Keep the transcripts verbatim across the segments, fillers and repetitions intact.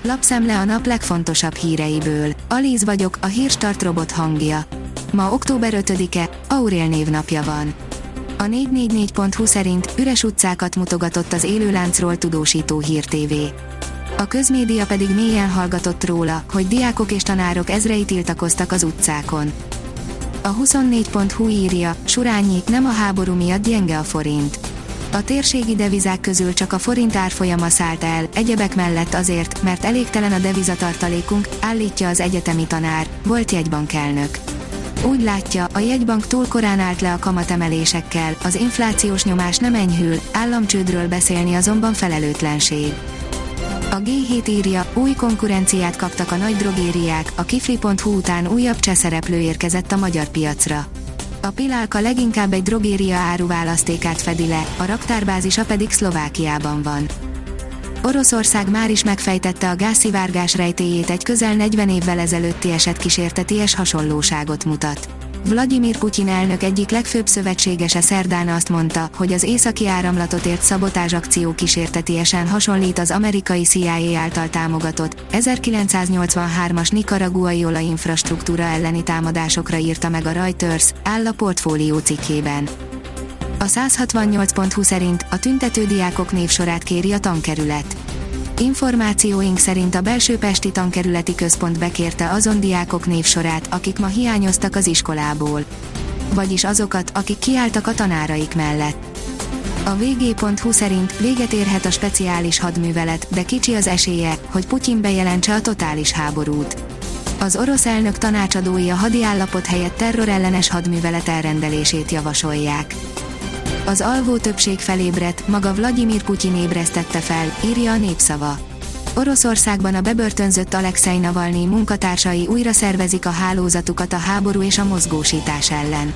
Lapszemle a nap legfontosabb híreiből. Alíz vagyok, a Hírstart robot hangja. Ma október ötödike, Aurél névnapja van. A négy négy négy pont hu szerint üres utcákat mutogatott az élőláncról tudósító Hír té vé. A közmédia pedig mélyen hallgatott róla, hogy diákok és tanárok ezrei tiltakoztak az utcákon. A huszonnégy pont hu írja, Surányi, nem a háború miatt gyenge a forint. A térségi devizák közül csak a forint árfolyama szállt el, egyebek mellett azért, mert elégtelen a devizatartalékunk, állítja az egyetemi tanár, volt jegybankelnök. Úgy látja, a jegybank túl korán állt le a kamatemelésekkel, az inflációs nyomás nem enyhül, államcsődről beszélni azonban felelőtlenség. A gé hét írja, új konkurenciát kaptak a nagy drogériák, a kifli pont hu után újabb cseh szereplő érkezett a magyar piacra. A Pilálka leginkább egy drogéria áruválasztékát fedi le, a raktárbázisa pedig Szlovákiában van. Oroszország már is megfejtette a gázszivárgás rejtélyét, egy közel negyven évvel ezelőtti eset kísérteties hasonlóságot mutat. Vladimir Putyin elnök egyik legfőbb szövetségese szerdán azt mondta, hogy az északi áramlatot ért szabotázsakció kísértetiesen hasonlít az amerikai C I A által támogatott, ezerkilencszáznyolcvanhármas nikaraguai olajinfrastruktúra elleni támadásokra írta meg a Reuters, áll a Portfólió cikkében. A száz hatvannyolc pont hu szerint a tüntető diákok névsorát kéri a tankerület. Információink szerint a Belsőpesti Tankerületi Központ bekérte azon diákok névsorát, akik ma hiányoztak az iskolából. Vagyis azokat, akik kiálltak a tanáraik mellett. A vg pont hu szerint véget érhet a speciális hadművelet, de kicsi az esélye, hogy Putyin bejelentse a totális háborút. Az orosz elnök tanácsadói a hadi állapot helyett terrorellenes hadművelet elrendelését javasolják. Az alvó többség felébredt, maga Vladimir Putyin ébresztette fel, írja a Népszava. Oroszországban a bebörtönzött Alexei Navalnyi munkatársai újra szervezik a hálózatukat a háború és a mozgósítás ellen.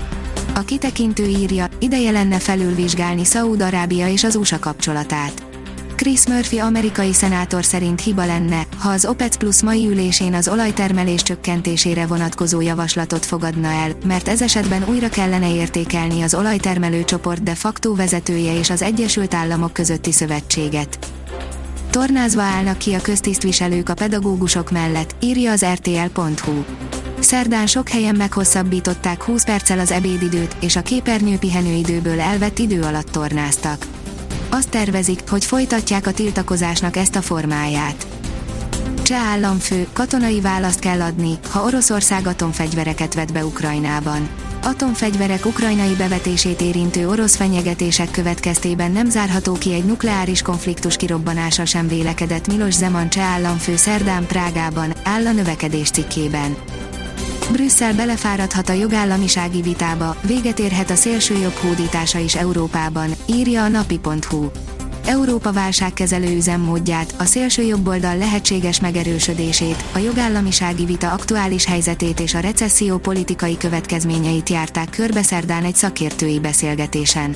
A kitekintő írja, ideje lenne felülvizsgálni Szaúd-Arábia és az u es á kapcsolatát. Chris Murphy amerikai szenátor szerint hiba lenne, ha az OPEC plusz mai ülésén az olajtermelés csökkentésére vonatkozó javaslatot fogadna el, mert ez esetben újra kellene értékelni az olajtermelő csoport de facto vezetője és az Egyesült Államok közötti szövetséget. Tornázva állnak ki a köztisztviselők a pedagógusok mellett, írja az er té el pont hu. Szerdán sok helyen meghosszabbították húsz perccel az ebédidőt, és a képernyő pihenőidőből elvett idő alatt tornáztak. Azt tervezik, hogy folytatják a tiltakozásnak ezt a formáját. Cseh államfő, katonai választ kell adni, ha Oroszország atomfegyvereket vet be Ukrajnában. Atomfegyverek ukrajnai bevetését érintő orosz fenyegetések következtében nem zárható ki egy nukleáris konfliktus kirobbanása sem, vélekedett Miloš Zeman cseh államfő szerdán Prágában, áll a Növekedés cikkében. Brüsszel belefáradhat a jogállamisági vitába, véget érhet a szélsőjobb hódítása is Európában, írja a napi pont hu. Európa válságkezelő üzemmódját, a szélsőjobboldal lehetséges megerősödését, a jogállamisági vita aktuális helyzetét és a recesszió politikai következményeit járták körbe szerdán egy szakértői beszélgetésen.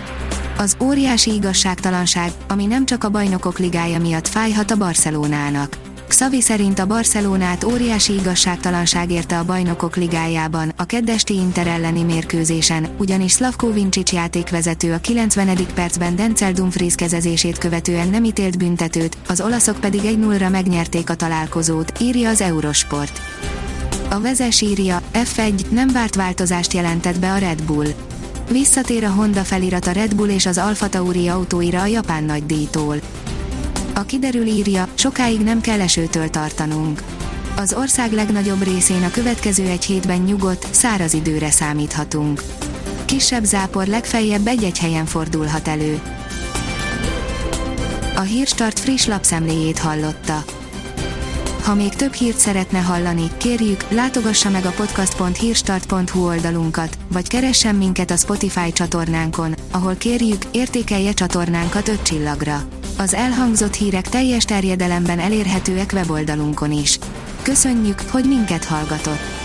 Az óriási igazságtalanság, ami nem csak a Bajnokok Ligája miatt fájhat a Barcelonának. Xavi szerint a Barcelonát óriási igazságtalanság érte a Bajnokok Ligájában, a keddesti Inter elleni mérkőzésen, ugyanis Slavko Vincic játékvezető a kilencvenedik percben Denzel Dumfries kezezését követően nem ítélt büntetőt, az olaszok pedig egy nullra megnyerték a találkozót, írja az Eurosport. A Vezes írja, ef egy nem várt változást jelentett be a Red Bull. Visszatér a Honda felirat a Red Bull és az Alfa Tauri autóira a japán nagydíjtól. A Kiderül írja, sokáig nem kell esőtől tartanunk. Az ország legnagyobb részén a következő egy hétben nyugodt, száraz időre számíthatunk. Kisebb zápor legfeljebb egy-egy helyen fordulhat elő. A Hírstart friss lapszemléjét hallotta. Ha még több hírt szeretne hallani, kérjük, látogassa meg a podcast pont hírstart pont hu oldalunkat, vagy keressen minket a Spotify csatornánkon, ahol kérjük, értékelje csatornánkat öt csillagra. Az elhangzott hírek teljes terjedelemben elérhetőek weboldalunkon is. Köszönjük, hogy minket hallgatott!